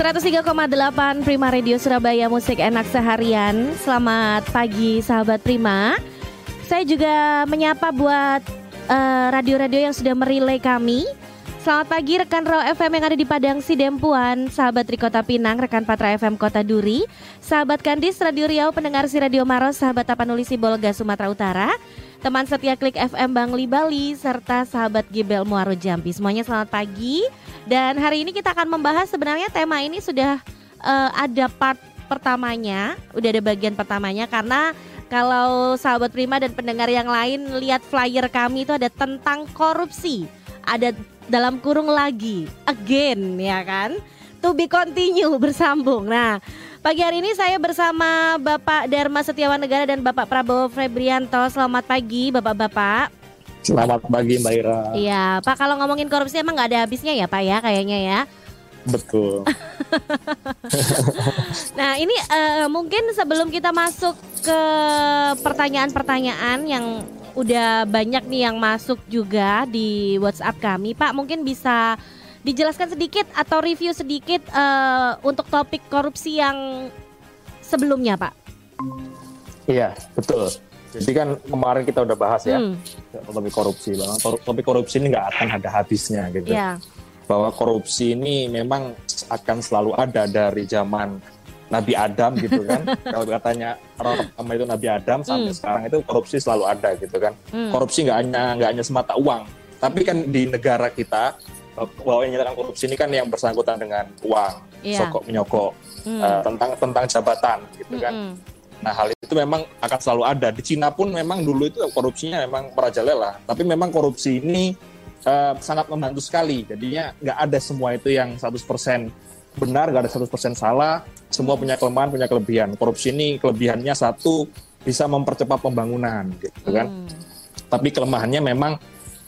103,8 Prima Radio Surabaya, musik enak seharian. Selamat pagi sahabat Prima. Saya juga menyapa buat radio-radio yang sudah merilai kami. Selamat pagi rekan Raw FM yang ada di Padang Sidempuan, sahabat Trikota Pinang, rekan Patra FM Kota Duri, sahabat Kandis Radio Riau, pendengar si Radio Maros, sahabat Tapanuli Sibolga Sumatera Utara, teman setia Klik FM Bangli Bali, serta sahabat Gibel Muaro Jambi. Semuanya selamat pagi. Dan hari ini kita akan membahas, sebenarnya tema ini sudah ada part pertamanya, udah ada bagian pertamanya, karena kalau sahabat Prima dan pendengar yang lain lihat flyer kami itu ada tentang korupsi, ada dalam kurung lagi, again ya kan, to be continue, bersambung. Nah, pagi hari ini saya bersama Bapak Dharma Setiawan Negara dan Bapak Prabowo Febrianto. Selamat pagi Bapak-bapak. Selamat pagi Mbak Ira. Iya Pak, kalau ngomongin korupsi emang gak ada habisnya ya Pak ya, kayaknya ya. Betul. Nah ini mungkin sebelum kita masuk ke pertanyaan-pertanyaan yang udah banyak nih yang masuk juga di WhatsApp kami, Pak, mungkin bisa dijelaskan sedikit atau review sedikit untuk topik korupsi yang sebelumnya, Pak. Iya, betul. Jadi kan kemarin kita udah bahas ya topik korupsi. Topik korupsi ini nggak akan ada habisnya gitu. Yeah. Bahwa korupsi ini memang akan selalu ada dari zaman Nabi Adam gitu kan. Kalau katanya orang pertama itu Nabi Adam, sampai sekarang itu korupsi selalu ada gitu kan. Korupsi nggak hanya semata uang, tapi kan di negara kita bahwa yang menyatakan korupsi ini kan yang bersangkutan dengan uang, sokok menyokok, tentang jabatan gitu kan. Nah, hal itu memang akan selalu ada. Di Cina pun memang dulu itu korupsinya memang merajalela. Tapi memang korupsi ini sangat membantu sekali. Jadinya nggak ada semua itu yang 100% benar, nggak ada 100% salah. Semua punya kelemahan, punya kelebihan. Korupsi ini kelebihannya satu, bisa mempercepat pembangunan gitu kan. Tapi kelemahannya memang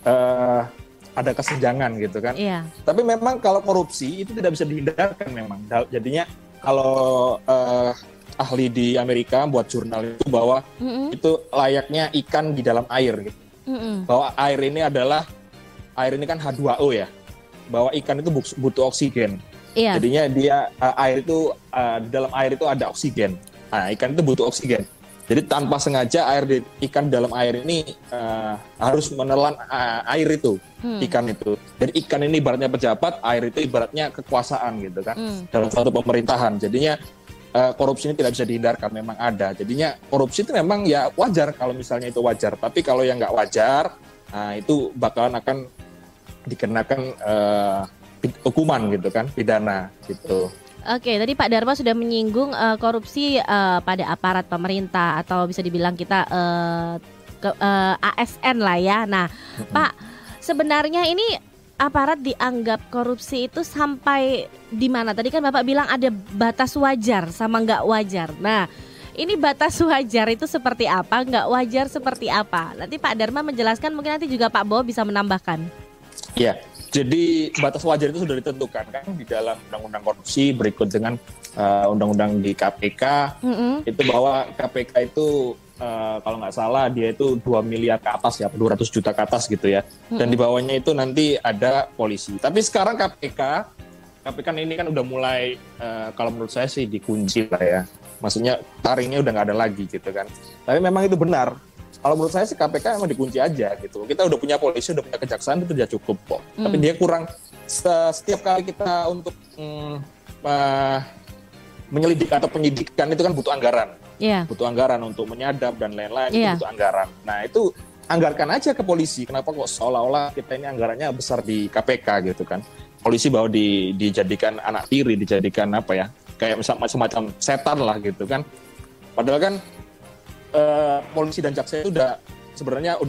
ada kesenjangan gitu kan. Tapi memang kalau korupsi itu tidak bisa dihindarkan memang. Jadinya kalau ahli di Amerika buat jurnal itu bahwa itu layaknya ikan di dalam air gitu. Bahwa air ini kan H2O ya. Bahwa ikan itu butuh oksigen. Jadinya dia di dalam air itu ada oksigen. Nah, ikan itu butuh oksigen. Jadi tanpa sengaja ikan dalam air ini harus menelan air itu, ikan itu. Jadi ikan ini ibaratnya pejabat, air itu ibaratnya kekuasaan gitu kan. Dalam suatu pemerintahan. Jadinya korupsi ini tidak bisa dihindarkan, memang ada. Jadinya korupsi itu memang ya wajar kalau misalnya itu wajar. Tapi kalau yang nggak wajar, itu bakalan akan dikenakan hukuman gitu kan, pidana gitu. Oke, tadi Pak Dharma sudah menyinggung korupsi pada aparat pemerintah atau bisa dibilang kita ASN lah ya. Nah, Pak, sebenarnya ini aparat dianggap korupsi itu sampai di mana? Tadi kan Bapak bilang ada batas wajar sama nggak wajar. Nah, ini batas wajar itu seperti apa? Nggak wajar seperti apa? Nanti Pak Dharma menjelaskan, mungkin nanti juga Pak Bo bisa menambahkan. Iya, jadi batas wajar itu sudah ditentukan kan di dalam undang-undang korupsi berikut dengan undang-undang di KPK. Itu bahwa KPK itu kalau nggak salah dia itu 2 miliar ke atas ya, 200 juta ke atas gitu ya. Dan di bawahnya itu nanti ada polisi. Tapi sekarang KPK ini kan udah mulai kalau menurut saya sih dikunci lah ya. Maksudnya taringnya udah nggak ada lagi gitu kan. Tapi memang itu benar. Kalau menurut saya sih KPK emang dikunci aja gitu. Kita udah punya polisi, udah punya kejaksaan, itu udah cukup kok. Tapi dia kurang setiap kali kita untuk menyelidik atau penyidikan itu kan butuh anggaran. Butuh anggaran untuk menyadap dan lain-lain, itu butuh anggaran. Nah itu anggarkan aja ke polisi. Kenapa kok seolah-olah kita ini anggarannya besar di KPK gitu kan. Polisi bahwa dijadikan anak tiri, dijadikan apa ya, kayak semacam setan lah gitu kan. Padahal kan polisi dan jaksa itu sebenarnya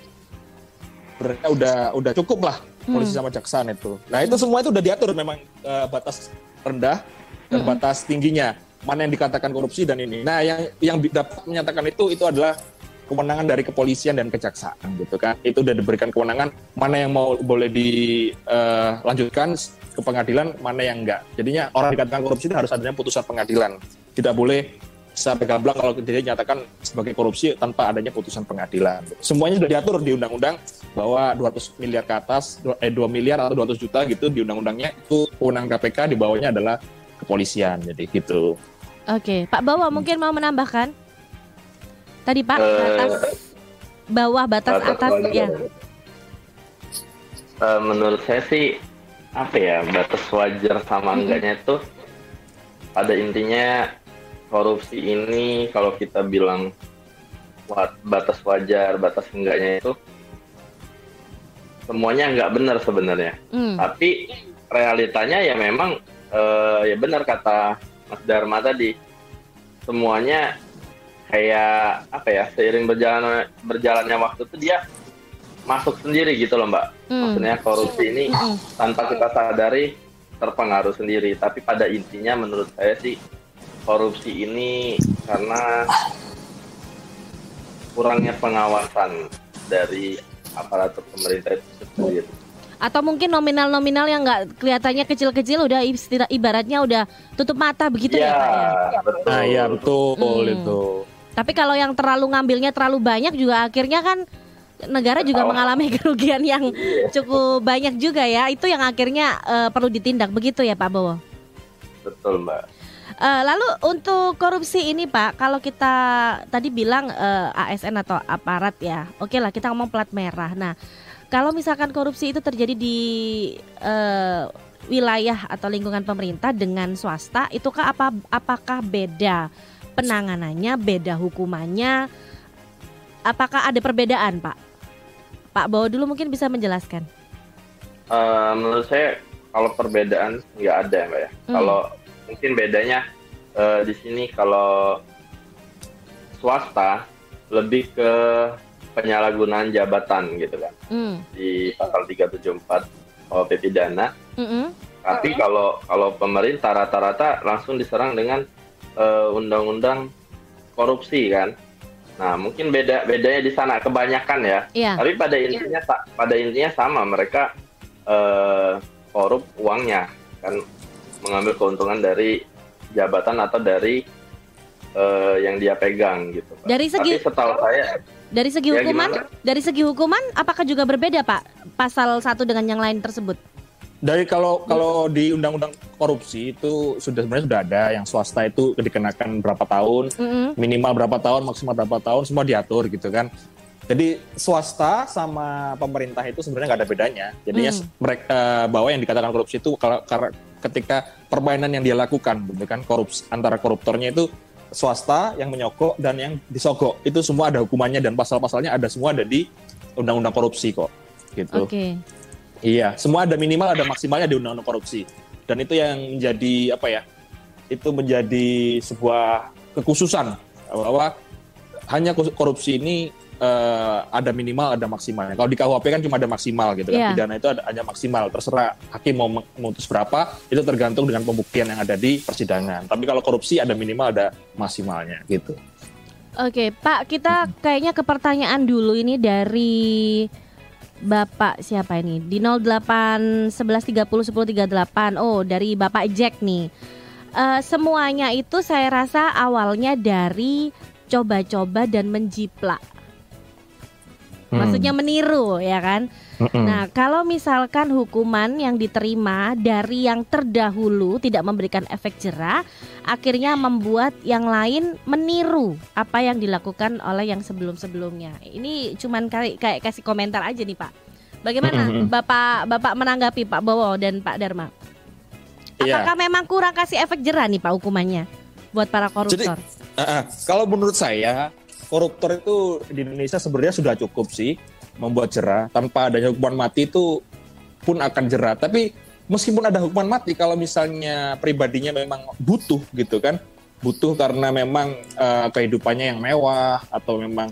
udah cukup lah polisi sama jaksaan itu. Nah itu semua itu udah diatur memang batas rendah dan batas tingginya. Mana yang dikatakan korupsi dan ini. Nah, yang dapat menyatakan itu adalah kewenangan dari kepolisian dan kejaksaan gitu kan. Itu udah diberikan kewenangan mana yang boleh dilanjutkan ke pengadilan, mana yang enggak. Jadinya orang dikatakan korupsi itu harus adanya putusan pengadilan. Tidak boleh sampai gamblang kalau dia dinyatakan sebagai korupsi tanpa adanya putusan pengadilan. Semuanya sudah diatur di undang-undang bahwa 200 miliar ke atas, 2 miliar atau 200 juta gitu di undang-undangnya itu kewenangan KPK, di bawahnya adalah kepolisian. Jadi gitu. Oke, Pak Bawa mungkin mau menambahkan? Tadi Pak, batas bawah, batas atas ya. Menurut saya sih batas wajar sama enggaknya itu pada intinya korupsi ini kalau kita bilang batas wajar, batas enggaknya itu semuanya enggak benar sebenarnya. Tapi realitanya ya memang ya benar kata Mas Dharma tadi, semuanya kayak seiring berjalannya waktu itu dia masuk sendiri gitu loh Mbak. Maksudnya korupsi ini tanpa kita sadari terpengaruh sendiri. Tapi pada intinya menurut saya sih korupsi ini karena kurangnya pengawasan dari aparatur pemerintah itu sendiri. Atau mungkin nominal-nominal yang nggak kelihatannya kecil-kecil udah ibaratnya udah tutup mata begitu ya Pak ya? Betul. Nah ya betul itu. Tapi kalau yang terlalu ngambilnya terlalu banyak juga akhirnya kan negara juga mengalami kerugian yang cukup banyak juga ya. Itu yang akhirnya perlu ditindak begitu ya Pak Bowo? Betul Mbak. Lalu untuk korupsi ini Pak, kalau kita tadi bilang ASN atau aparat ya, oke lah kita ngomong plat merah. Nah kalau misalkan korupsi itu terjadi di wilayah atau lingkungan pemerintah dengan swasta, itukah apakah beda penanganannya, beda hukumannya? Apakah ada perbedaan Pak? Pak Bowo dulu mungkin bisa menjelaskan. Menurut saya kalau perbedaan nggak ada Mbak ya. Kalau mungkin bedanya di sini kalau swasta lebih ke penyalahgunaan jabatan gitu kan. Di pasal 374 KUHP pidana. Tapi kalau pemerintah rata-rata langsung diserang dengan undang-undang korupsi kan. Nah, mungkin bedanya di sana kebanyakan ya. Yeah. Tapi pada intinya sama, mereka korup uangnya kan, mengambil keuntungan dari jabatan atau dari yang dia pegang gitu. Dari segi, tapi setahu saya dari segi ya hukuman, gimana? Dari segi hukuman apakah juga berbeda Pak pasal satu dengan yang lain tersebut? Dari kalau di undang-undang korupsi itu sebenarnya sudah ada yang swasta itu dikenakan berapa tahun, minimal berapa tahun, maksimal berapa tahun, semua diatur gitu kan. Jadi swasta sama pemerintah itu sebenarnya nggak ada bedanya. Jadinya mereka bahwa yang dikatakan korupsi itu ketika permainan yang dia lakukan, gitu kan, korupsi antara koruptornya itu swasta yang menyogok dan yang disogok, itu semua ada hukumannya dan pasal-pasalnya semua ada di undang-undang korupsi kok, gitu. Oke. Iya, semua ada minimal ada maksimalnya di undang-undang korupsi. Dan itu yang menjadi itu menjadi sebuah kekhususan bahwa hanya korupsi ini ada minimal ada maksimalnya. Kalau di KUHP kan cuma ada maksimal gitu kan. Pidana itu hanya maksimal, terserah hakim mau memutus berapa, itu tergantung dengan pembuktian yang ada di persidangan. Tapi kalau korupsi ada minimal ada maksimalnya gitu. Oke, Pak, kita kayaknya ke pertanyaan dulu ini dari Bapak siapa ini? Di 08 11 30 10 38. Oh, dari Bapak Jack nih. Semuanya itu saya rasa awalnya dari coba-coba dan menjiplak. Maksudnya meniru ya kan. Nah kalau misalkan hukuman yang diterima dari yang terdahulu tidak memberikan efek jera, akhirnya membuat yang lain meniru apa yang dilakukan oleh yang sebelum-sebelumnya. Ini cuman kayak kasih komentar aja nih Pak. Bagaimana Bapak menanggapi Pak Bowo dan Pak Dharma? Apakah memang kurang kasih efek jera nih Pak hukumannya buat para koruptor? Jadi, kalau menurut saya koruptor itu di Indonesia sebenarnya sudah cukup sih membuat jera. Tanpa adanya hukuman mati itu pun akan jera. Tapi meskipun ada hukuman mati, kalau misalnya pribadinya memang butuh gitu kan, butuh karena memang kehidupannya yang mewah atau memang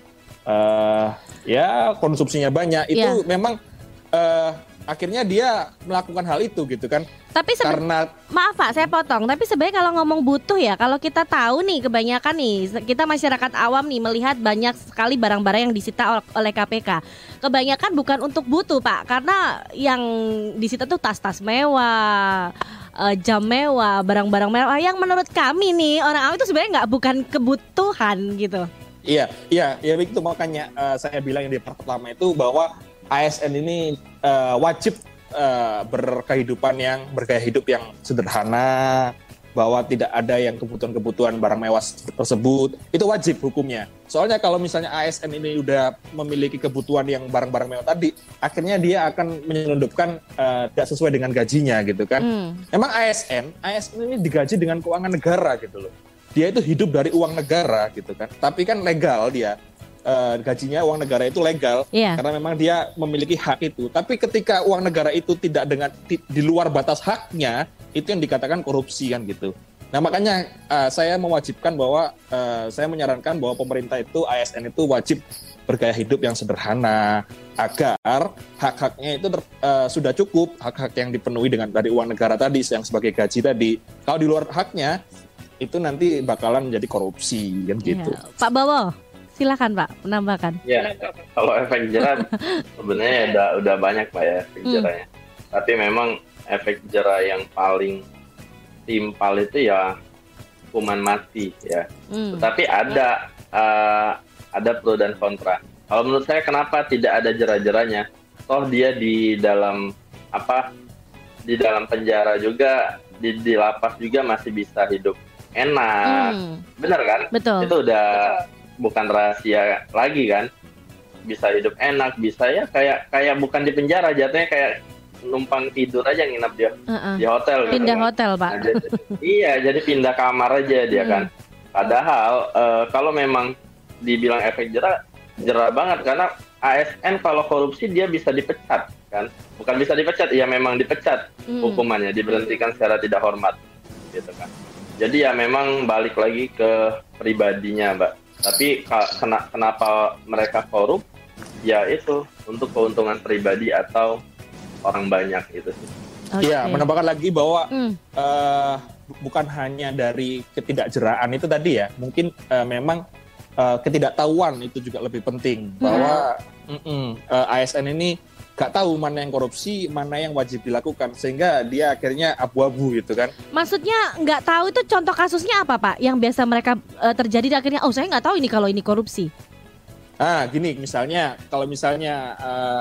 konsumsinya banyak, itu memang akhirnya dia melakukan hal itu gitu kan. Tapi karena maaf Pak, saya potong. Tapi sebenarnya kalau ngomong butuh ya, kalau kita tahu nih kebanyakan nih kita masyarakat awam nih melihat banyak sekali barang-barang yang disita oleh KPK. Kebanyakan bukan untuk butuh Pak, karena yang disita tuh tas-tas mewah, jam mewah, barang-barang mewah yang menurut kami nih orang awam itu sebenarnya bukan kebutuhan gitu. Iya begitu, makanya saya bilang yang di part pertama itu bahwa ASN ini wajib bergaya hidup yang sederhana, bahwa tidak ada yang kebutuhan-kebutuhan barang mewah tersebut, itu wajib hukumnya. Soalnya kalau misalnya ASN ini udah memiliki kebutuhan yang barang-barang mewah tadi, akhirnya dia akan menyelundupkan tidak sesuai dengan gajinya gitu kan. Emang ASN ini digaji dengan keuangan negara gitu loh. Dia itu hidup dari uang negara gitu kan. Tapi kan legal dia. Gajinya uang negara itu legal karena memang dia memiliki hak itu. Tapi ketika uang negara itu tidak di luar batas haknya, itu yang dikatakan korupsi kan gitu. Nah makanya saya mewajibkan bahwa saya menyarankan bahwa pemerintah itu ASN itu wajib bergaya hidup yang sederhana agar hak-haknya itu sudah cukup, hak-hak yang dipenuhi dengan dari uang negara tadi yang sebagai gaji tadi. Kalau di luar haknya itu nanti bakalan menjadi korupsi kan gitu. Pak Bowo, silakan Pak menambahkan. Ya, kalau efek jerah sebenarnya udah banyak Pak ya efek jerahnya. Tapi memang efek jerah yang paling timpal itu ya hukuman mati ya. Tetapi ada pro dan kontra. Kalau menurut saya kenapa tidak ada jerah-jerahnya? Toh dia di dalam penjara juga, di lapas juga masih bisa hidup enak. Benar kan? Betul. Itu udah bukan rahasia lagi kan, bisa hidup enak, bisa ya kayak bukan di penjara, jatuhnya kayak numpang tidur aja nginap dia di hotel. Pindah gitu, hotel kan? Pak. Iya, jadi pindah kamar aja dia kan. Padahal kalau memang dibilang efek jerah banget karena ASN kalau korupsi dia bisa dipecat kan, bukan bisa dipecat, ya memang dipecat hukumannya, diberhentikan secara tidak hormat gitu kan. Jadi ya memang balik lagi ke pribadinya Mbak. Tapi kenapa mereka korup? Ya itu untuk keuntungan pribadi atau orang banyak itu sih. Iya, menambahkan lagi bahwa bukan hanya dari ketidakjeraan itu tadi ya, mungkin memang ketidaktahuan itu juga lebih penting bahwa ASN ini gak tahu mana yang korupsi, mana yang wajib dilakukan, sehingga dia akhirnya abu-abu gitu kan. Maksudnya nggak tahu itu contoh kasusnya apa Pak? Yang biasa mereka terjadi akhirnya, saya nggak tahu ini kalau ini korupsi. Gini misalnya, kalau misalnya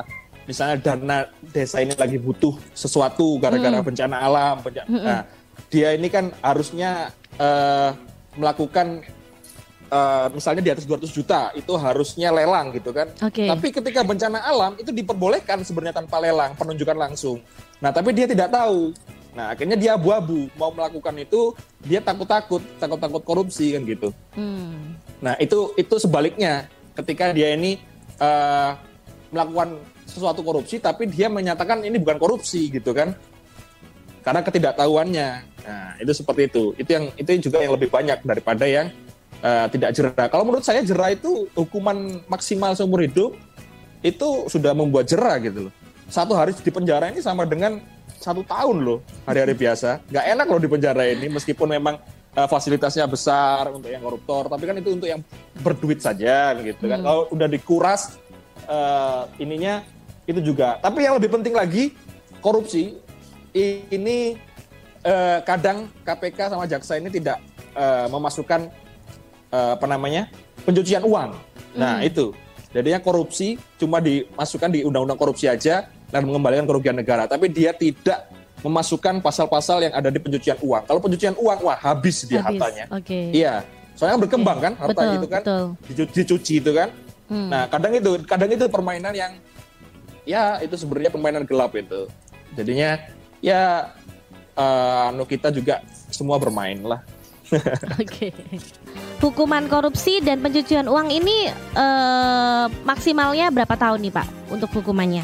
dana desa ini lagi butuh sesuatu gara-gara bencana alam, nah dia ini kan harusnya melakukan misalnya di atas 200 juta itu harusnya lelang gitu kan. Tapi ketika bencana alam itu diperbolehkan sebenarnya tanpa lelang, penunjukan langsung. Nah tapi dia tidak tahu. Nah akhirnya dia abu-abu mau melakukan itu, dia takut korupsi kan gitu. Nah itu sebaliknya ketika dia ini melakukan sesuatu korupsi tapi dia menyatakan ini bukan korupsi gitu kan. Karena ketidaktahuannya. Nah itu seperti itu. Itu juga yang lebih banyak daripada yang tidak jerah. Kalau menurut saya jerah itu hukuman maksimal seumur hidup itu sudah membuat jerah gitu loh. 1 hari di penjara ini sama dengan 1 tahun loh hari-hari biasa. Nggak enak loh di penjara ini meskipun memang fasilitasnya besar untuk yang koruptor, tapi kan itu untuk yang berduit saja gitu kan. Kalau udah dikuras ininya itu juga. Tapi yang lebih penting lagi korupsi ini kadang KPK sama jaksa ini tidak memasukkan pencucian uang. Nah itu jadinya korupsi cuma dimasukkan di undang-undang korupsi aja dan mengembalikan kerugian negara, tapi dia tidak memasukkan pasal-pasal yang ada di pencucian uang. Kalau pencucian uang, wah habis dia hartanya. Iya, soalnya berkembang kan harta itu kan, dicuci itu kan. Nah kadang itu permainan yang ya itu sebenarnya permainan gelap itu. Jadinya ya kita juga semua bermain lah. Hukuman korupsi dan pencucian uang ini maksimalnya berapa tahun nih Pak untuk hukumannya?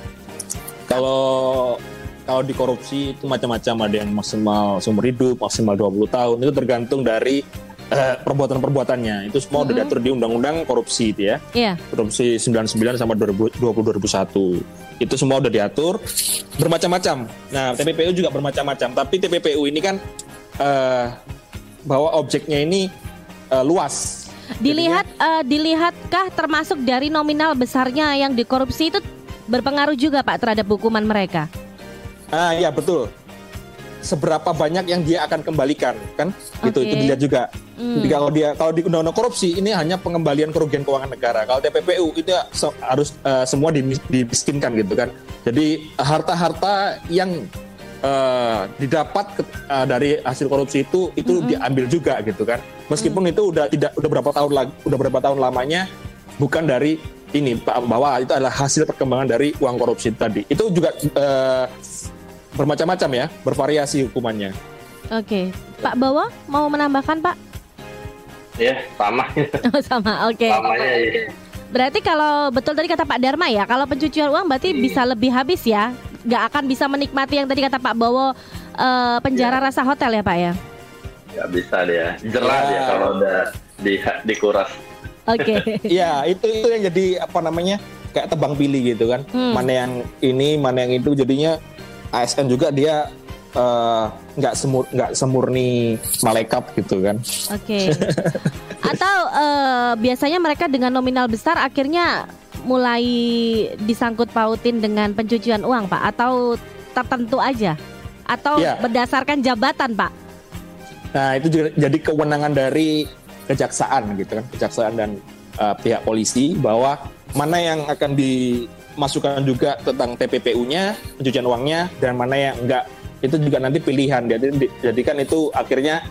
Kalau di korupsi itu macam-macam, ada yang maksimal seumur hidup, maksimal 20 tahun. Itu tergantung dari perbuatan-perbuatannya. Itu semua udah diatur di Undang-Undang Korupsi itu ya. Korupsi 99 sama 2020-2001. Itu semua udah diatur bermacam-macam. Nah, TPPU juga bermacam-macam, tapi TPPU ini kan bahwa objeknya ini luas. Dilihatkah termasuk dari nominal besarnya yang dikorupsi itu berpengaruh juga Pak terhadap hukuman mereka? Ya betul. Seberapa banyak yang dia akan kembalikan kan? Itu dilihat juga. Kalau di undang-undang korupsi ini hanya pengembalian kerugian keuangan negara. Kalau TPPU itu harus semua dimiskinkan gitu kan. Jadi harta-harta yang didapat dari hasil korupsi itu diambil juga gitu kan. Meskipun itu udah berapa tahun lamanya bukan dari ini, bahwa itu adalah hasil perkembangan dari uang korupsi tadi. Itu juga bermacam-macam ya, bervariasi hukumannya. Oke. Pak Bawo mau menambahkan, Pak? Ya, sama. Sama, oke. Samanya ya. Berarti kalau betul tadi kata Pak Dharma ya, kalau pencucian uang berarti bisa lebih habis ya? Nggak akan bisa menikmati yang tadi kata Pak Bawo, penjara rasa hotel ya Pak ya? Nggak bisa dia, jerah dia kalau udah dikuras. Oke. Ya, itu yang jadi kayak tebang pilih gitu kan. Mana yang ini, mana yang itu, jadinya ASN juga dia nggak semurni malaikat gitu kan. Oke. Atau biasanya mereka dengan nominal besar akhirnya mulai disangkut pautin dengan pencucian uang, Pak? Atau tertentu aja? Atau berdasarkan jabatan, Pak? Nah, itu juga jadi kewenangan dari kejaksaan gitu kan, kejaksaan dan pihak polisi, bahwa mana yang akan dimasukkan juga tentang TPPU-nya, pencucian uangnya, dan mana yang enggak. Itu juga nanti pilihan. Jadi kan itu akhirnya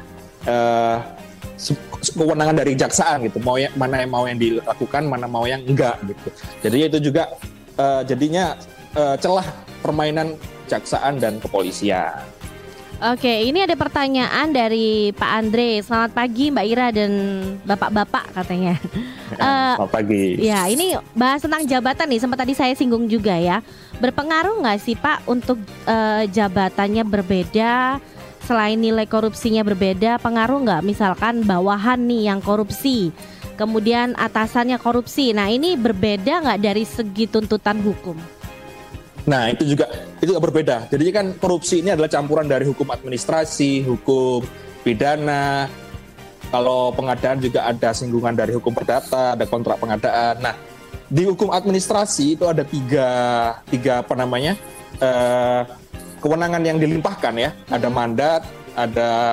kewenangan dari kejaksaan gitu, mana yang mau yang dilakukan, mana mau yang enggak gitu. Jadi itu juga jadinya celah permainan kejaksaan dan kepolisian. Oke, ini ada pertanyaan dari Pak Andre. Selamat pagi Mbak Ira dan bapak-bapak katanya. Selamat pagi. Ya, ini bahas tentang jabatan nih. Sempat tadi saya singgung juga ya. Berpengaruh nggak sih Pak untuk jabatannya berbeda? Selain nilai korupsinya berbeda, pengaruh nggak misalkan bawahan nih yang korupsi, kemudian atasannya korupsi. Nah ini berbeda nggak dari segi tuntutan hukum? Nah itu juga berbeda. Jadi kan korupsi ini adalah campuran dari hukum administrasi, hukum pidana. Kalau pengadaan juga ada singgungan dari hukum perdata, ada kontrak pengadaan. Nah di hukum administrasi itu ada tiga kewenangan yang dilimpahkan ya. Ada mandat, ada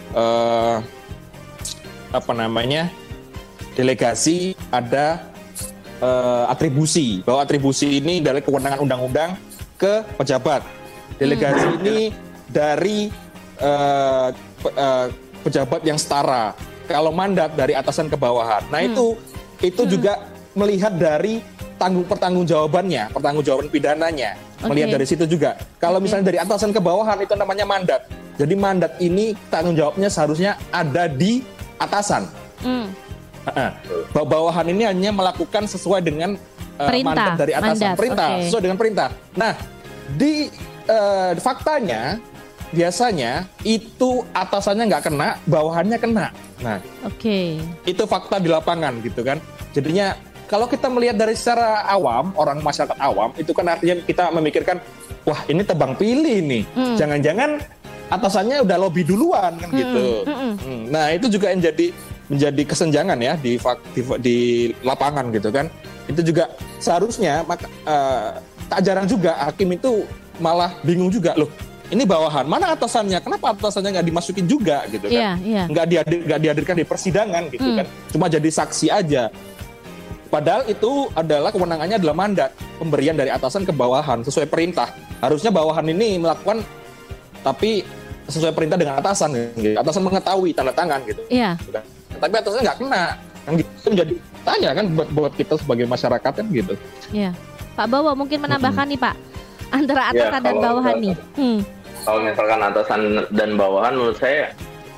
delegasi, ada atribusi. Bahwa atribusi ini dari kewenangan undang-undang ke pejabat. Delegasi ini dari pejabat yang setara. Kalau mandat dari atasan ke bawahan. Nah itu juga melihat dari pertanggungjawaban pidananya. Melihat dari situ juga. Kalau misalnya dari atasan ke bawahan itu namanya mandat. Jadi mandat ini tanggung jawabnya seharusnya ada di atasan. Bawahan ini hanya melakukan sesuai dengan mandat dari atasan. Sesuai dengan perintah. Nah, di faktanya biasanya itu atasannya nggak kena, bawahannya kena. Nah, itu fakta di lapangan gitu kan. Jadinya kalau kita melihat dari secara awam, orang masyarakat awam, itu kan artinya kita memikirkan, wah ini tebang pilih nih. Jangan-jangan atasannya udah lobby duluan kan gitu. Nah itu juga yang menjadi kesenjangan ya di lapangan gitu kan. Itu juga seharusnya tak jarang juga hakim itu malah bingung juga, loh ini bawahan, mana atasannya? Kenapa atasannya nggak dimasukin juga gitu kan? Nggak dihadirkan di persidangan gitu kan? Cuma jadi saksi aja. Padahal itu adalah kewenangannya adalah mandat pemberian dari atasan ke bawahan sesuai perintah. Harusnya bawahan ini melakukan tapi sesuai perintah dengan atasan gitu. Atasan mengetahui tanda tangan gitu. Tapi atasannya nggak kena. Yang gitu menjadi tanya kan buat kita sebagai masyarakat kan gitu. Iya. Pak Bawo mungkin menambahkan nih Pak, antara atasan dan bawahan nih. Kalau misalkan atasan dan bawahan menurut saya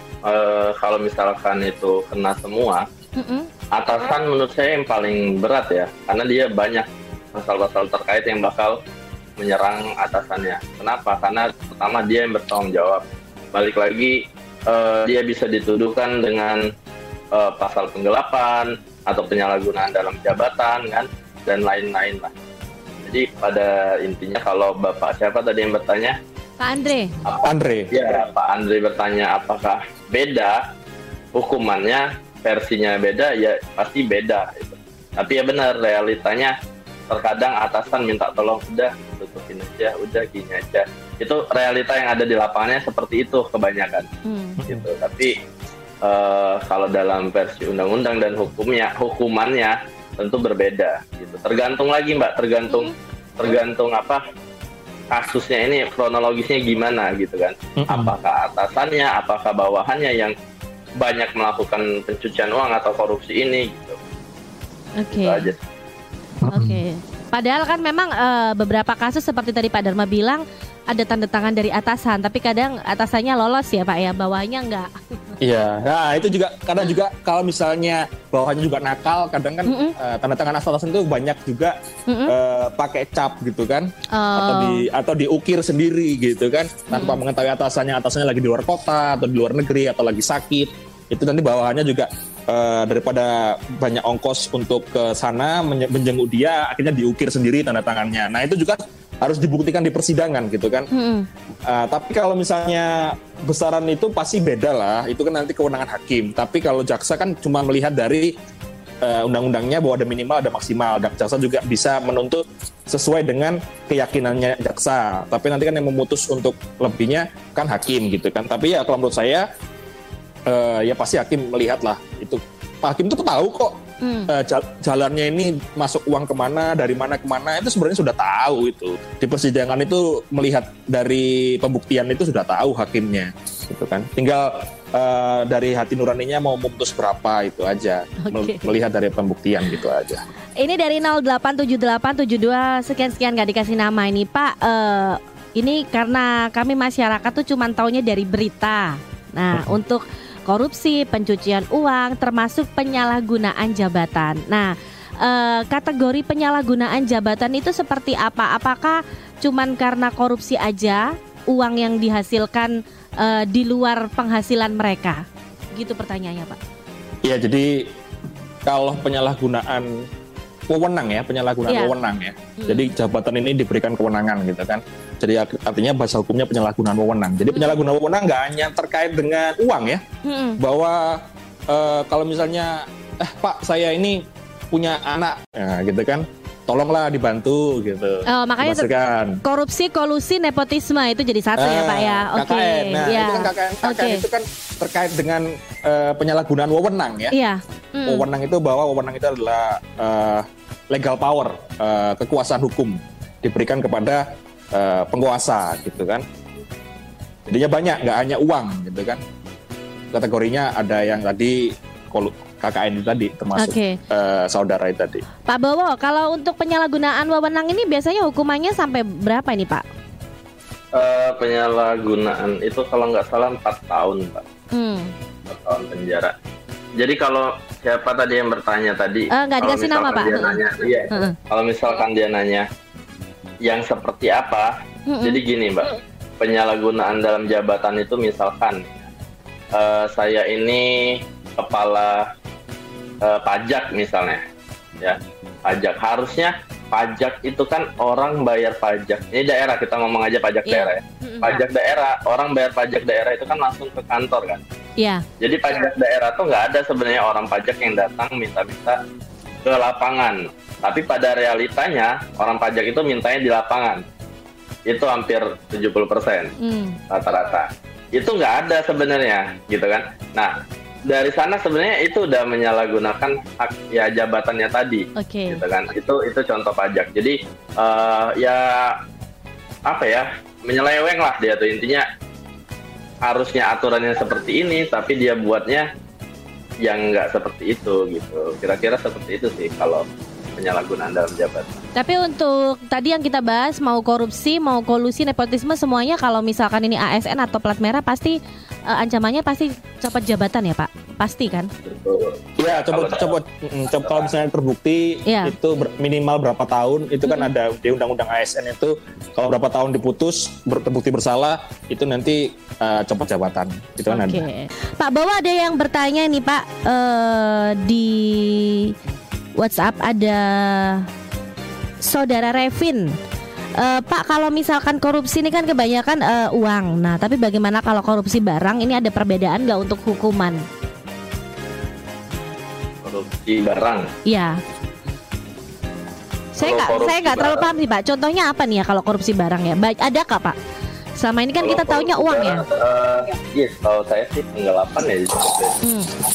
kalau misalkan itu kena semua, atasan menurut saya yang paling berat ya, karena dia banyak pasal-pasal terkait yang bakal menyerang atasannya. Kenapa? Karena pertama dia yang bertanggung jawab. Balik lagi dia bisa dituduhkan dengan pasal penggelapan atau penyalahgunaan dalam jabatan kan, dan lain-lain lah. Jadi pada intinya kalau Bapak siapa tadi yang bertanya? Pak Andre. Ya, Pak Andre bertanya apakah beda hukumannya, versinya beda, ya pasti beda gitu. Tapi ya benar, realitanya terkadang atasan minta tolong, udah tutupin aja, udah gini aja. Itu realita yang ada di lapangannya seperti itu kebanyakan. Gitu. Tapi kalau dalam versi undang-undang dan hukumannya tentu berbeda gitu. Tergantung lagi Mbak, tergantung apa kasusnya ini kronologisnya gimana gitu kan. Apakah atasannya, apakah bawahannya yang banyak melakukan pencucian uang atau korupsi ini gitu. Oke. Padahal kan memang beberapa kasus seperti tadi Pak Dharma bilang ada tanda tangan dari atasan, tapi kadang atasannya lolos ya Pak ya, bawahnya enggak. Iya, nah itu juga kadang juga kalau misalnya bawahnya juga nakal, kadang kan tanda tangan atasan itu banyak juga pakai cap gitu kan, atau diukir sendiri gitu kan, tanpa mengetahui atasannya lagi di luar kota atau di luar negeri atau lagi sakit, itu nanti bawahannya juga daripada banyak ongkos untuk ke sana menjenguk dia, akhirnya diukir sendiri tanda tangannya. Nah itu juga harus dibuktikan di persidangan gitu kan. Tapi kalau misalnya besaran itu pasti beda lah, itu kan nanti kewenangan hakim. Tapi kalau jaksa kan cuma melihat dari undang-undangnya bahwa ada minimal ada maksimal. Jaksa juga bisa menuntut sesuai dengan keyakinannya jaksa. Tapi nanti kan yang memutus untuk lebihnya kan hakim gitu kan. Tapi ya kalau menurut saya ya pasti hakim melihat lah itu. Pak hakim itu tahu kok jalannya ini masuk uang kemana, dari mana kemana, itu sebenarnya sudah tahu itu. Di persidangan itu melihat dari pembuktian itu sudah tahu hakimnya, gitu kan. Tinggal dari hati nuraninya mau memutus berapa itu aja, melihat dari pembuktian gitu aja. Ini dari 087872 sekian nggak dikasih nama ini Pak. Ini karena kami masyarakat tuh cuma taunya dari berita. Nah untuk korupsi, pencucian uang, termasuk penyalahgunaan jabatan. Nah, kategori penyalahgunaan jabatan itu seperti apa? Apakah cuman karena korupsi aja uang yang dihasilkan di luar penghasilan mereka? Gitu pertanyaannya, Pak. Iya, jadi kalau penyalahgunaan wewenang ya, wewenang ya. Jadi jabatan ini diberikan kewenangan gitu kan. Jadi artinya bahasa hukumnya penyalahgunaan wewenang. Jadi penyalahgunaan wewenang nggak hanya terkait dengan uang ya, bahwa kalau misalnya Pak saya ini punya anak, ya, gitu kan, tolonglah dibantu gitu. Oh, makanya korupsi, kolusi, nepotisme itu jadi satu ya Pak ya. KKN. Nah itu kan KKN itu kan terkait dengan penyalahgunaan wewenang ya. Iya. Wewenang itu bahwa wewenang itu adalah legal power, kekuasaan hukum diberikan kepada penguasa gitu kan. Jadinya banyak, nggak hanya uang gitu kan. Kategorinya ada yang tadi KKN itu tadi termasuk saudara itu tadi. Pak Bowo, kalau untuk penyalahgunaan wewenang ini biasanya hukumannya sampai berapa ini Pak? Penyalahgunaan itu kalau nggak salah 4 tahun Pak. 4 tahun penjara. Jadi kalau siapa tadi yang bertanya tadi, nggak dikasih nama Pak. Kalau misalkan dia nanya yang seperti apa, jadi gini Mbak, penyalahgunaan dalam jabatan itu misalkan saya ini kepala pajak misalnya, ya pajak, harusnya pajak itu kan orang bayar pajak, ini daerah kita ngomong aja pajak daerah ya, pajak daerah, orang bayar pajak daerah itu kan langsung ke kantor kan. Jadi pajak daerah tuh nggak ada sebenarnya orang pajak yang datang minta-minta ke lapangan. Tapi pada realitanya orang pajak itu mintanya di lapangan. Itu hampir 70% rata-rata. Itu nggak ada sebenarnya, gitu kan. Nah, dari sana sebenarnya itu udah menyalahgunakan hak ya jabatannya tadi, gitu kan. Itu contoh pajak. Jadi ya apa ya, menyeleweng lah dia tuh, intinya harusnya aturannya seperti ini, tapi dia buatnya yang nggak seperti itu gitu. Kira-kira seperti itu sih kalau penyalahgunaan dalam jabatan. Tapi untuk tadi yang kita bahas, mau korupsi, mau kolusi, nepotisme, semuanya kalau misalkan ini ASN atau plat merah pasti ancamannya pasti copot jabatan ya Pak? Pasti kan? Iya, copot kalau misalnya terbukti itu minimal berapa tahun, itu kan ada di undang-undang ASN itu, kalau berapa tahun diputus terbukti bersalah, itu nanti copot jabatan. Itu kan ada. Pak Bowo, ada yang bertanya nih Pak di WhatsApp, ada Saudara Revin. Pak, kalau misalkan korupsi ini kan kebanyakan uang. Nah, tapi bagaimana kalau korupsi barang? Ini ada perbedaan nggak untuk hukuman? Korupsi barang? Iya. Saya nggak terlalu paham nih Pak. Contohnya apa nih ya kalau korupsi barang ya? Adakah Pak? Selama ini kan kalau kita taunya uang ya? Yes, kalau saya sih penggelapan ya.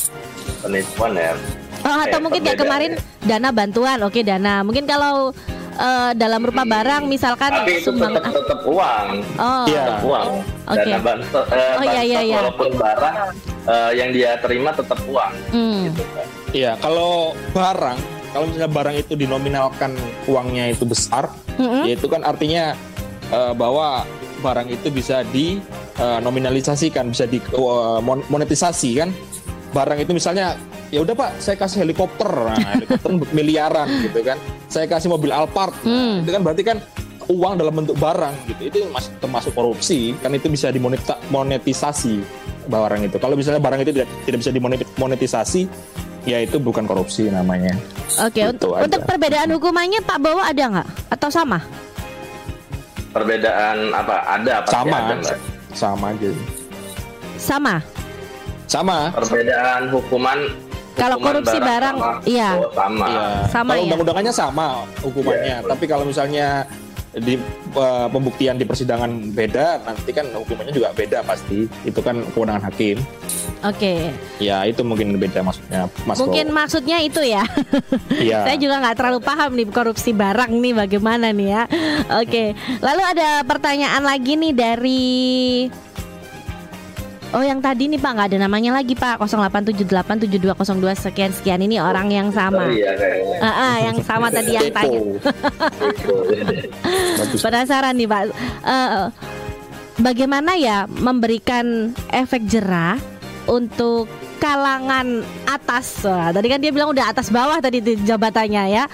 Penipuan ya. Atau mungkin kayak kemarin dana bantuan, dana. Mungkin kalau dalam rupa barang, misalkan tapi itu tetap uang. Tetap uang. Dana bansos, walaupun barang yang dia terima tetap uang. Gitu, kan. Iya, kalau misalnya barang itu dinominalkan uangnya itu besar, yaitu kan artinya bahwa barang itu bisa dinominalisasikan, bisa dimonetisasi kan. Barang itu misalnya, ya udah Pak, saya kasih helikopter miliaran gitu kan. Saya kasih mobil Alphard, itu kan berarti kan uang dalam bentuk barang gitu. Itu termasuk korupsi, kan itu bisa dimonetisasi barang itu. Kalau misalnya barang itu tidak bisa dimonetisasi, ya itu bukan korupsi namanya. Oke, untuk perbedaan hukumannya Pak Bowo ada nggak? Atau sama? Perbedaan apa? Ada apa? Sama aja. Sama. Perbedaan hukuman kalau korupsi barang, iya. Sama. Iya. Kalau undang-undangannya sama hukumannya, tapi kalau misalnya di pembuktian di persidangan beda, nanti kan hukumannya juga beda pasti. Itu kan kewenangan hakim. Oke. Ya itu mungkin beda maksudnya. Maksudnya itu ya. Iya. Saya juga nggak terlalu paham nih korupsi barang nih bagaimana nih ya. Oke. Lalu ada pertanyaan lagi nih dari yang tadi nih Pak, nggak ada namanya lagi Pak, 08787202 sekian ini orang yang sama. Yang sama tadi yang tanya. Penasaran nih Pak, bagaimana ya memberikan efek jerah untuk kalangan atas? Tadi kan dia bilang udah atas bawah tadi jabatannya ya.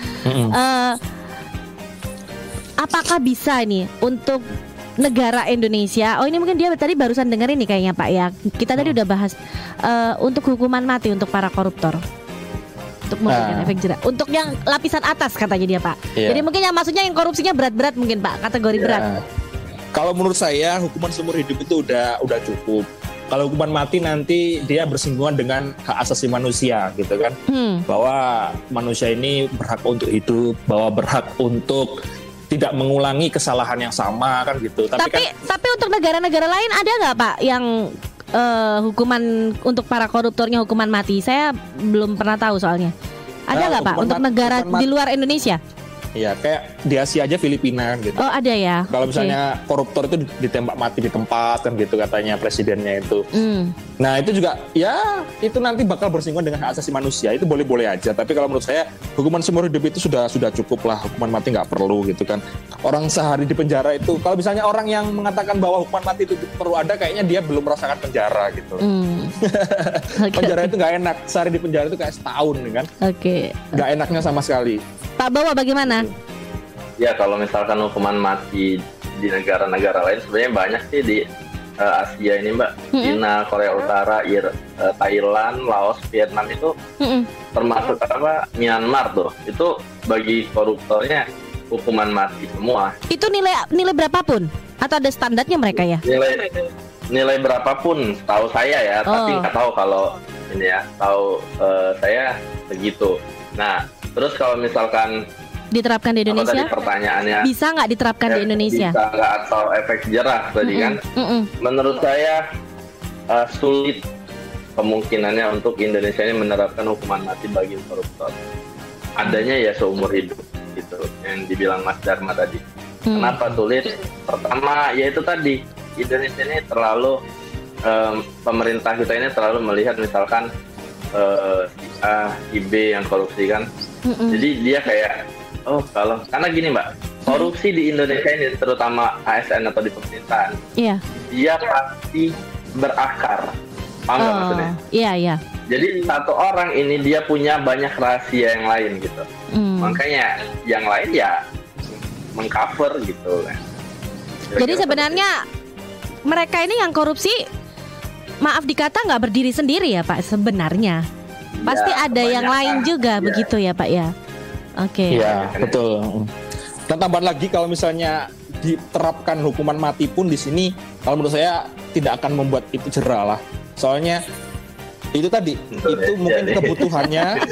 Apakah bisa ini untuk negara Indonesia? Ini mungkin dia tadi barusan dengerin nih kayaknya Pak ya. Kita tadi udah bahas untuk hukuman mati untuk para koruptor, untuk memberikan efek jerah untuk yang lapisan atas katanya dia Pak. Jadi mungkin yang maksudnya yang korupsinya berat-berat mungkin Pak, kategori berat. Kalau menurut saya hukuman seumur hidup itu udah cukup. Kalau hukuman mati nanti dia bersinggungan dengan hak asasi manusia gitu kan. Bahwa manusia ini berhak untuk hidup, bahwa berhak untuk tidak mengulangi kesalahan yang sama kan gitu. Tapi untuk negara-negara lain ada nggak Pak yang hukuman untuk para koruptornya hukuman mati? Saya belum pernah tahu soalnya. Ada nggak Pak untuk negara di luar Indonesia? Iya, kayak di Asia aja Filipina gitu. Oh ada ya. Kalau misalnya koruptor itu ditembak mati di tempat kan gitu katanya presidennya itu. Nah itu juga ya itu nanti bakal bersinggungan dengan hak asasi manusia, itu boleh-boleh aja. Tapi kalau menurut saya hukuman seumur hidup itu sudah cukup lah, hukuman mati nggak perlu gitu kan. Orang sehari di penjara itu, kalau misalnya orang yang mengatakan bahwa hukuman mati itu perlu ada, kayaknya dia belum merasakan penjara gitu. Penjara itu nggak enak, sehari di penjara itu kayak setahun kan. Nggak enaknya sama sekali. Pak Bowo bagaimana? Ya kalau misalkan hukuman mati di negara-negara lain sebenarnya banyak sih di Asia ini Mbak. China, Korea Utara, Thailand, Laos, Vietnam itu termasuk Myanmar tuh. Itu bagi koruptornya hukuman mati semua. Itu nilai berapapun? Atau ada standarnya mereka ya? Nilai berapapun tahu saya ya, tapi nggak tahu kalau ini ya, tahu saya begitu. Nah, terus kalau misalkan diterapkan di Indonesia, pertanyaannya bisa nggak diterapkan di Indonesia? Bisa nggak atau efek jerah tadi kan? Menurut saya sulit kemungkinannya untuk Indonesia ini menerapkan hukuman mati bagi koruptor. Adanya ya seumur hidup gitu, yang dibilang Mas Dharma tadi. Kenapa sulit? Pertama yaitu tadi Indonesia ini terlalu pemerintah kita ini terlalu melihat misalkan si B yang korupsi kan. Jadi dia kayak karena gini Mbak, korupsi di Indonesia ini terutama ASN atau di pemerintahan, dia pasti berakar. Paham nggak maksudnya? Iya. Jadi satu orang ini dia punya banyak rahasia yang lain gitu. Makanya yang lain ya mengcover gitu kan. Jadi sebenarnya mereka ini yang korupsi, maaf dikata nggak berdiri sendiri ya Pak sebenarnya. Pasti ada yang lain juga begitu ya Pak ya. Iya betul. Dan tambahan lagi kalau misalnya diterapkan hukuman mati pun di sini, kalau menurut saya tidak akan membuat itu jerah lah. Soalnya itu tadi itu mungkin kebutuhannya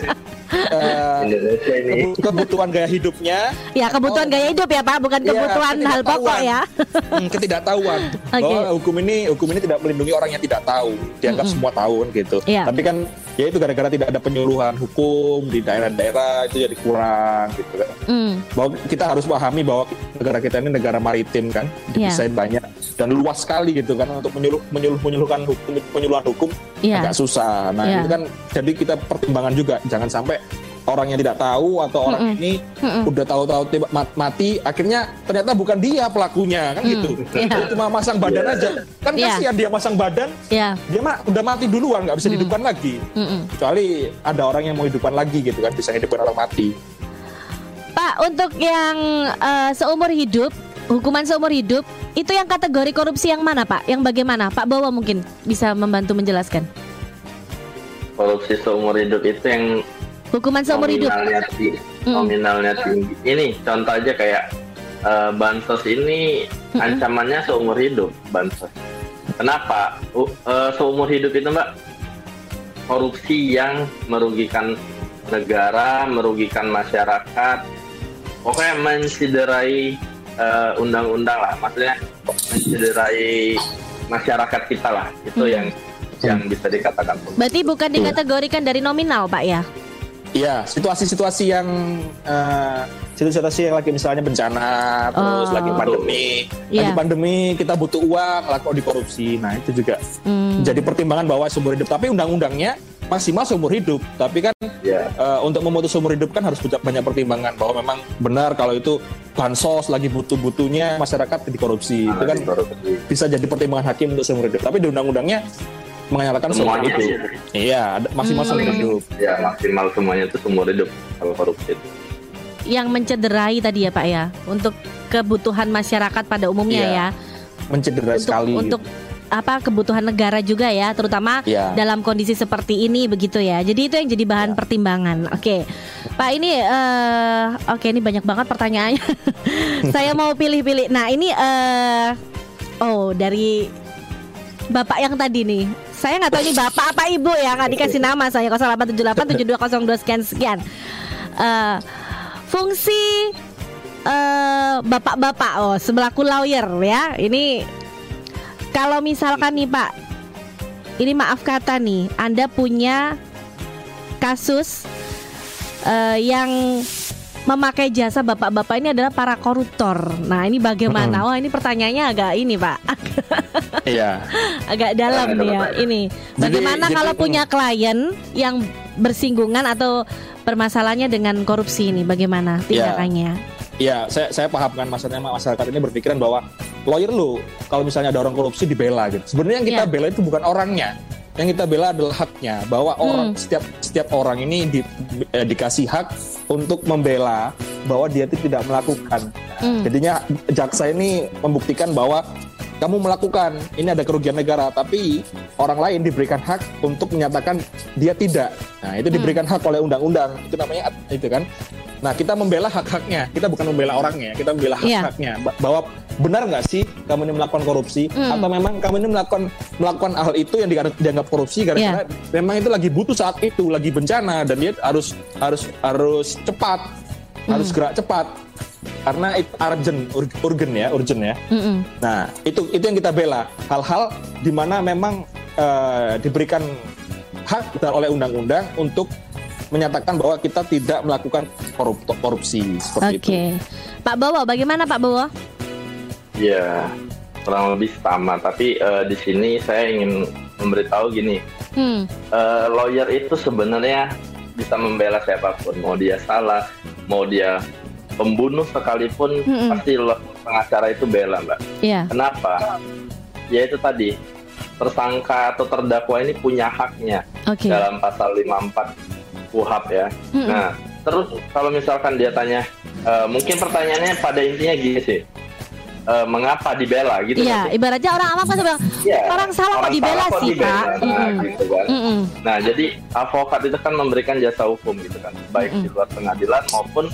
Indonesia ini kebutuhan gaya hidupnya. Ya, kebutuhan gaya hidup ya Pak, bukan kebutuhan hal pokok ya. Ketidaktahuan bahwa hukum ini tidak melindungi orang yang tidak tahu, dianggap semua tahu gitu. Tapi kan ya itu gara-gara tidak ada penyuluhan hukum di daerah-daerah itu jadi kurang gitu kan. Bahwa kita harus pahami bahwa negara kita ini negara maritim kan, didesain banyak dan luas sekali gitu kan, untuk menyuluhkan hukum, penyuluhan hukum agak susah. Nah itu kan jadi kita pertimbangan juga, jangan sampai orang yang tidak tahu atau orang ini udah tahu-tahu mati, akhirnya ternyata bukan dia pelakunya kan gitu. Dia cuma masang badan aja kan, kasihan dia masang badan, dia mah udah mati duluan, nggak bisa dihidupkan lagi. Kecuali ada orang yang mau hidupkan lagi gitu kan, bisa hidupkan orang mati. Pak, untuk yang seumur hidup, hukuman seumur hidup itu yang kategori korupsi yang mana Pak? Yang bagaimana? Pak Bowo mungkin bisa membantu menjelaskan. Korupsi seumur hidup itu yang hukuman seumur hidup nominalnya tinggi. Ini contoh aja kayak bansos ini ancamannya seumur hidup bansos. Kenapa? Seumur hidup itu Mbak, korupsi yang merugikan negara, merugikan masyarakat, pokoknya menciderai undang-undang lah, maksudnya menciderai masyarakat kita lah, itu yang bisa dikatakan. Berarti bukan dikategorikan dari nominal Pak ya? Iya, situasi-situasi yang lagi misalnya bencana, terus lagi pandemi, kita butuh uang, lalu dikorupsi. Nah itu juga jadi pertimbangan bahwa seumur hidup. Tapi undang-undangnya maksimal seumur hidup. Tapi kan untuk memutus seumur hidup kan harus banyak pertimbangan bahwa memang benar kalau itu bansos lagi butuh-butuhnya masyarakat dikorupsi. Itu kan bisa jadi pertimbangan hakim untuk seumur hidup. Tapi di undang-undangnya menyatakan seumur hidup. Iya, maksimal seumur hidup. Ya, maksimal semuanya itu seumur hidup kalau korupsi itu. Yang mencederai tadi ya Pak ya, untuk kebutuhan masyarakat pada umumnya ya. Mencederai sekali. Untuk kebutuhan negara juga ya, terutama dalam kondisi seperti ini begitu ya. Jadi itu yang jadi bahan pertimbangan. Oke. Pak ini ini banyak banget pertanyaannya. Saya mau pilih-pilih. Nah, ini dari Bapak yang tadi nih. Saya nggak tahu ini bapak apa ibu ya, nggak dikasih nama saya. 08787202 sekian. Fungsi bapak-bapak sebelaku lawyer ya. Ini kalau misalkan nih Pak, ini maaf kata nih, Anda punya kasus yang memakai jasa bapak-bapak ini adalah para koruptor. Nah ini bagaimana? Wah ini pertanyaannya agak ini Pak. Iya. Agak dalam nih ya. Ini bagaimana kalau punya klien yang bersinggungan atau permasalahannya dengan korupsi ini? Bagaimana tindakannya? Iya, saya paham kan, maksudnya masyarakat ini berpikiran bahwa lawyer lo kalau misalnya ada orang korupsi dibela gitu. Sebenarnya yang kita bela itu bukan orangnya. Yang kita bela adalah haknya, bahwa orang setiap orang ini dikasih hak untuk membela bahwa dia itu tidak melakukan. Jadinya jaksa ini membuktikan bahwa kamu melakukan, ini ada kerugian negara, tapi orang lain diberikan hak untuk menyatakan dia tidak. Nah itu diberikan hak oleh undang-undang, itu namanya itu kan. Nah kita membela hak-haknya, kita bukan membela orangnya, kita membela hak-haknya. Bahwa benar nggak sih kamu ini melakukan korupsi, atau memang kamu ini melakukan hal itu yang dianggap korupsi gara-gara memang itu lagi butuh saat itu, lagi bencana dan dia harus cepat, harus gerak cepat. Karena itu urgent ya. Nah itu yang kita bela, hal-hal di mana memang diberikan hak oleh undang-undang untuk menyatakan bahwa kita tidak melakukan korupsi seperti itu. Pak Bowo, bagaimana Pak Bowo? Ya kurang lebih sama, tapi di sini saya ingin memberitahu gini, lawyer itu sebenarnya bisa membela siapapun, mau dia salah, mau dia pembunuh sekalipun, pasti pengacara itu bela Mbak. Kenapa? Ya itu tadi, tersangka atau terdakwa ini punya haknya dalam pasal 54 KUHP ya. Nah, terus kalau misalkan dia tanya, mungkin pertanyaannya pada intinya gini sih, mengapa dibela gitu? Iya, ibaratnya orang awam kan bilang, orang salah kok dibela sih Pak. Gitu kan. Nah, jadi advokat itu kan memberikan jasa hukum gitu kan, baik di luar pengadilan maupun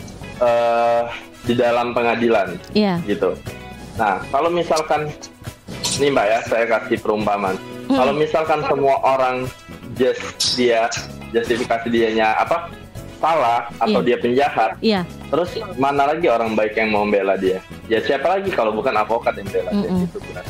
di dalam pengadilan, gitu. Nah, kalau misalkan, nih Mbak ya, saya kasih perumpamaan. Kalau misalkan semua orang justifikasi dianya salah atau dia penjahat, terus mana lagi orang baik yang mau membela dia? Ya siapa lagi kalau bukan advokat yang membela dia gitu kan?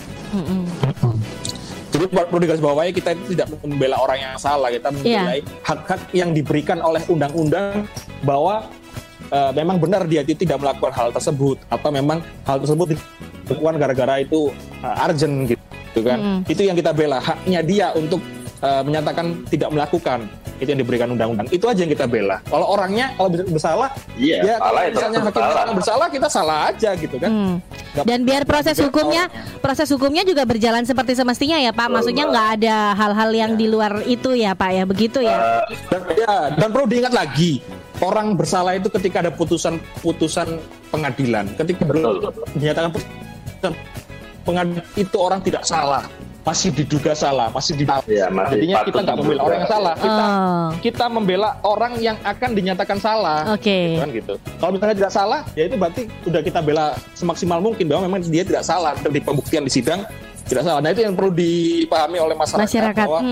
Jadi perlu digarisbawahi, kita itu tidak membela orang yang salah, kita membela hak-hak yang diberikan oleh undang-undang bahwa memang benar dia itu tidak melakukan hal tersebut atau memang hal tersebut dilakukan gara-gara itu urgent gitu kan. Itu yang kita bela, haknya dia untuk menyatakan tidak melakukan. Itu yang diberikan undang-undang. Itu aja yang kita bela. Kalau orangnya kalau bersalah, ya salah, misalnya hakim bersalah, kita salah aja gitu kan. Dan biar proses hukumnya juga berjalan seperti semestinya ya Pak. Maksudnya nggak ada hal-hal yang di luar itu ya Pak ya, begitu ya. Dan perlu diingat lagi, orang bersalah itu ketika ada putusan pengadilan, ketika dinyatakan pengadilan itu orang tidak salah, masih diduga salah, artinya kita nggak membela orang yang salah, kita membela orang yang akan dinyatakan salah. Gitu kan gitu. Kalau misalnya tidak salah, ya itu berarti sudah kita bela semaksimal mungkin bahwa memang dia tidak salah, di pembuktian di sidang tidak salah. Nah itu yang perlu dipahami oleh masyarakat. Bahwa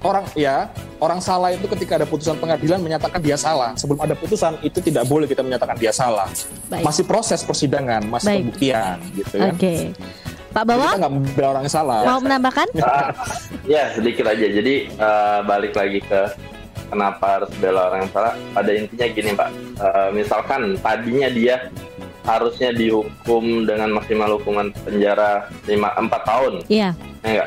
orang salah itu ketika ada putusan pengadilan menyatakan dia salah. Sebelum ada putusan itu tidak boleh kita menyatakan dia salah. Masih proses persidangan, masih pembuktian gitu kan. Pak Bawa, kita nggak membela orang yang salah. Mau menambahkan? Ya sedikit aja. Jadi balik lagi ke kenapa harus bela orang yang salah. Pada intinya gini Pak, misalkan tadinya dia harusnya dihukum dengan maksimal hukuman penjara 4 tahun. Iya.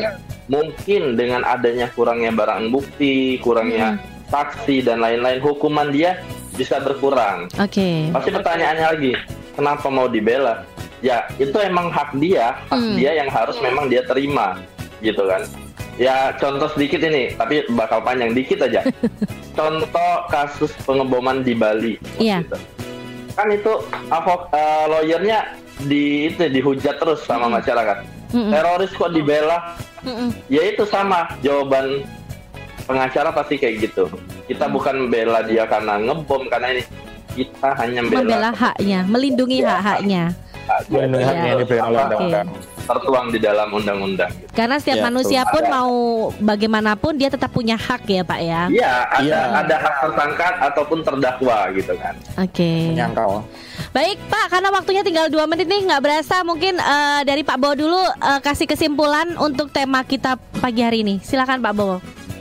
Mungkin dengan adanya kurangnya barang bukti, kurangnya saksi dan lain-lain, hukuman dia bisa berkurang. Pasti pertanyaannya lagi, kenapa mau dibela? Ya itu emang hak dia yang harus memang dia terima gitu kan. Ya contoh sedikit ini, tapi bakal panjang dikit aja. Contoh kasus pengeboman di Bali. Gitu. Kan itu lawyernya dihujat terus sama masyarakat. Teroris kok dibela? Ya itu sama jawaban pengacara pasti kayak gitu. Kita bukan bela dia karena ngebom, karena ini kita hanya membela haknya, melindungi hak-haknya. Melindungi haknya yang diberikan oleh undang-undang. Tertuang di dalam undang-undang. Karena setiap manusia pun mau bagaimanapun dia tetap punya hak ya Pak ya. Iya, ada hak tersangka ataupun terdakwa gitu kan. Menyangkal. Baik Pak, karena waktunya tinggal 2 menit nih, nggak berasa. Mungkin dari Pak Bowo dulu kasih kesimpulan untuk tema kita pagi hari ini. Silakan Pak Bowo.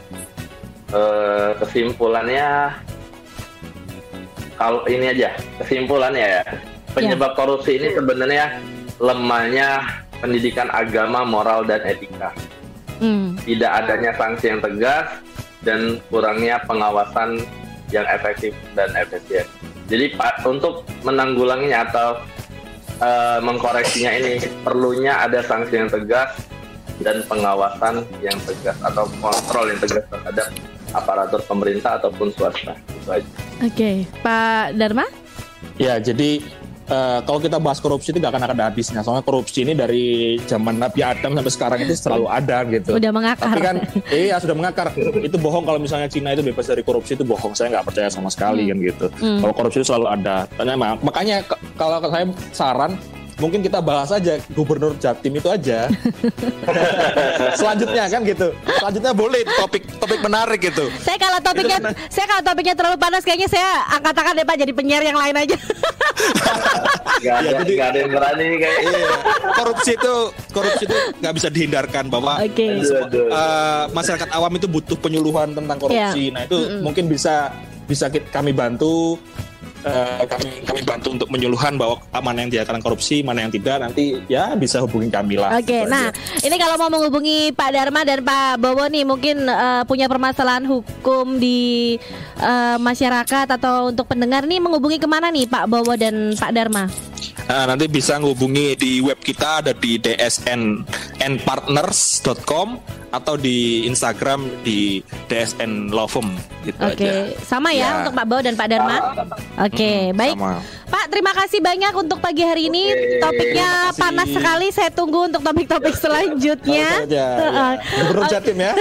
Kesimpulannya, kalau ini aja kesimpulannya ya, penyebab korupsi ini sebenarnya lemahnya pendidikan agama, moral dan etika. Tidak adanya sanksi yang tegas dan kurangnya pengawasan yang efektif dan efisien. Jadi untuk menanggulanginya atau mengkoreksinya ini perlunya ada sanksi yang tegas dan pengawasan yang tegas atau kontrol yang tegas terhadap aparatur pemerintah ataupun swasta. Itu aja. Pak Dharma? Ya, jadi kalau kita bahas korupsi itu nggak akan ada habisnya. Soalnya korupsi ini dari zaman Nabi Adam sampai sekarang itu selalu ada gitu. Udah mengakar. Tapi kan, sudah mengakar. Itu bohong kalau misalnya Cina itu bebas dari korupsi, itu bohong. Saya nggak percaya sama sekali kan gitu. Kalau korupsi itu selalu ada. Makanya kalau saya saran, mungkin kita bahas aja Gubernur Jatim itu aja. Selanjutnya kan gitu. Selanjutnya boleh topik menarik gitu. Saya kalau topiknya terlalu panas, kayaknya saya angkat-angkat deh Pak, jadi penyiar yang lain aja. Gak ada yang berani nih kayaknya. Korupsi itu nggak bisa dihindarkan bahwa masyarakat awam itu butuh penyuluhan tentang korupsi. Nah itu mungkin bisa kami bantu. Kami bantu untuk penyuluhan bahwa mana yang diakan korupsi, mana yang tidak, nanti ya bisa hubungi kami lah. Nah ini kalau mau menghubungi Pak Dharma dan Pak Bowo nih, mungkin punya permasalahan hukum di masyarakat atau untuk pendengar nih, menghubungi kemana nih Pak Bowo dan Pak Dharma? Nanti bisa menghubungi di web kita, ada di dsnnpartners.com atau di Instagram di dsnlovem gitu aja. Sama ya untuk Pak Bowo dan Pak Dharma. Baik. Sama. Pak, terima kasih banyak untuk pagi hari ini. Topiknya panas sekali. Saya tunggu untuk topik-topik selanjutnya. Gubernur Jatim ya.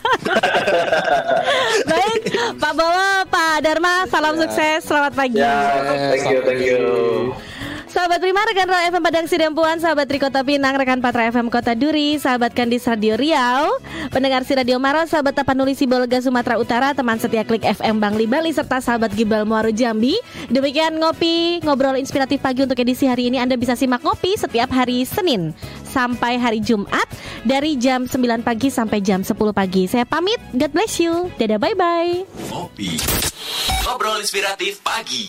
Baik, Pak Bowo, Pak Dharma, salam sukses. Selamat pagi. Thank you. Sahabat Prima, rekan Roy FM Padang Sidempuan, sahabat Tri Kota Pinang, rekan Patra FM Kota Duri, sahabat Kandis Radio Riau, pendengar si Radio Maros, sahabat Tapanuli Sibolga Sumatera Utara, teman setia Klik FM Bangli Bali, serta sahabat Gibal Muaro Jambi. Demikian ngobrol inspiratif pagi untuk edisi hari ini. Anda bisa simak ngopi setiap hari Senin sampai hari Jumat dari jam 9 pagi sampai jam 10 pagi. Saya pamit, God bless you. Dadah, bye-bye. Ngopi. Ngobrol inspiratif pagi.